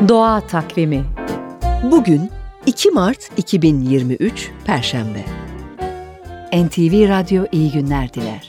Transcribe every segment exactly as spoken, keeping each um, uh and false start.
Doğa Takvimi. Bugün iki Mart iki bin yirmi üç Perşembe. N T V Radyo iyi günler diler.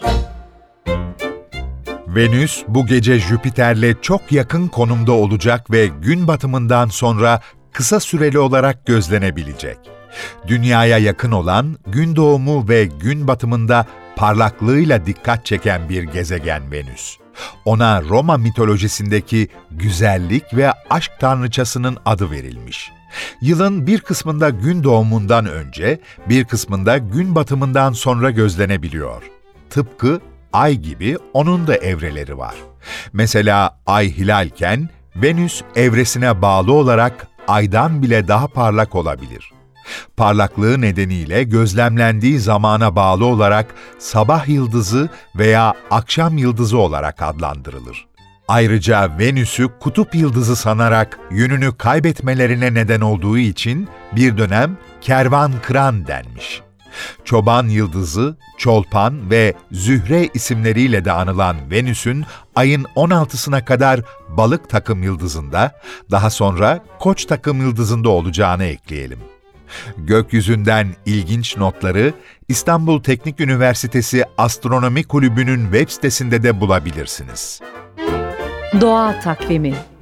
Venüs bu gece Jüpiter'le çok yakın konumda olacak ve gün batımından sonra kısa süreli olarak gözlenebilecek. Dünyaya yakın olan, gün doğumu ve gün batımında parlaklığıyla dikkat çeken bir gezegen Venüs. Ona Roma mitolojisindeki güzellik ve aşk tanrıçasının adı verilmiş. Yılın bir kısmında gün doğumundan önce, bir kısmında gün batımından sonra gözlenebiliyor. Tıpkı Ay gibi onun da evreleri var. Mesela Ay hilalken, Venüs evresine bağlı olarak Ay'dan bile daha parlak olabilir. Parlaklığı nedeniyle gözlemlendiği zamana bağlı olarak sabah yıldızı veya akşam yıldızı olarak adlandırılır. Ayrıca Venüs'ü kutup yıldızı sanarak yönünü kaybetmelerine neden olduğu için bir dönem kervan-kıran denmiş. Çoban yıldızı, Çolpan ve Zühre isimleriyle de anılan Venüs'ün ayın on altısına kadar Balık takım yıldızında, daha sonra Koç takım yıldızında olacağını ekleyelim. Gökyüzünden ilginç notları İstanbul Teknik Üniversitesi Astronomi Kulübü'nün web sitesinde de bulabilirsiniz. Doğa Takvimi.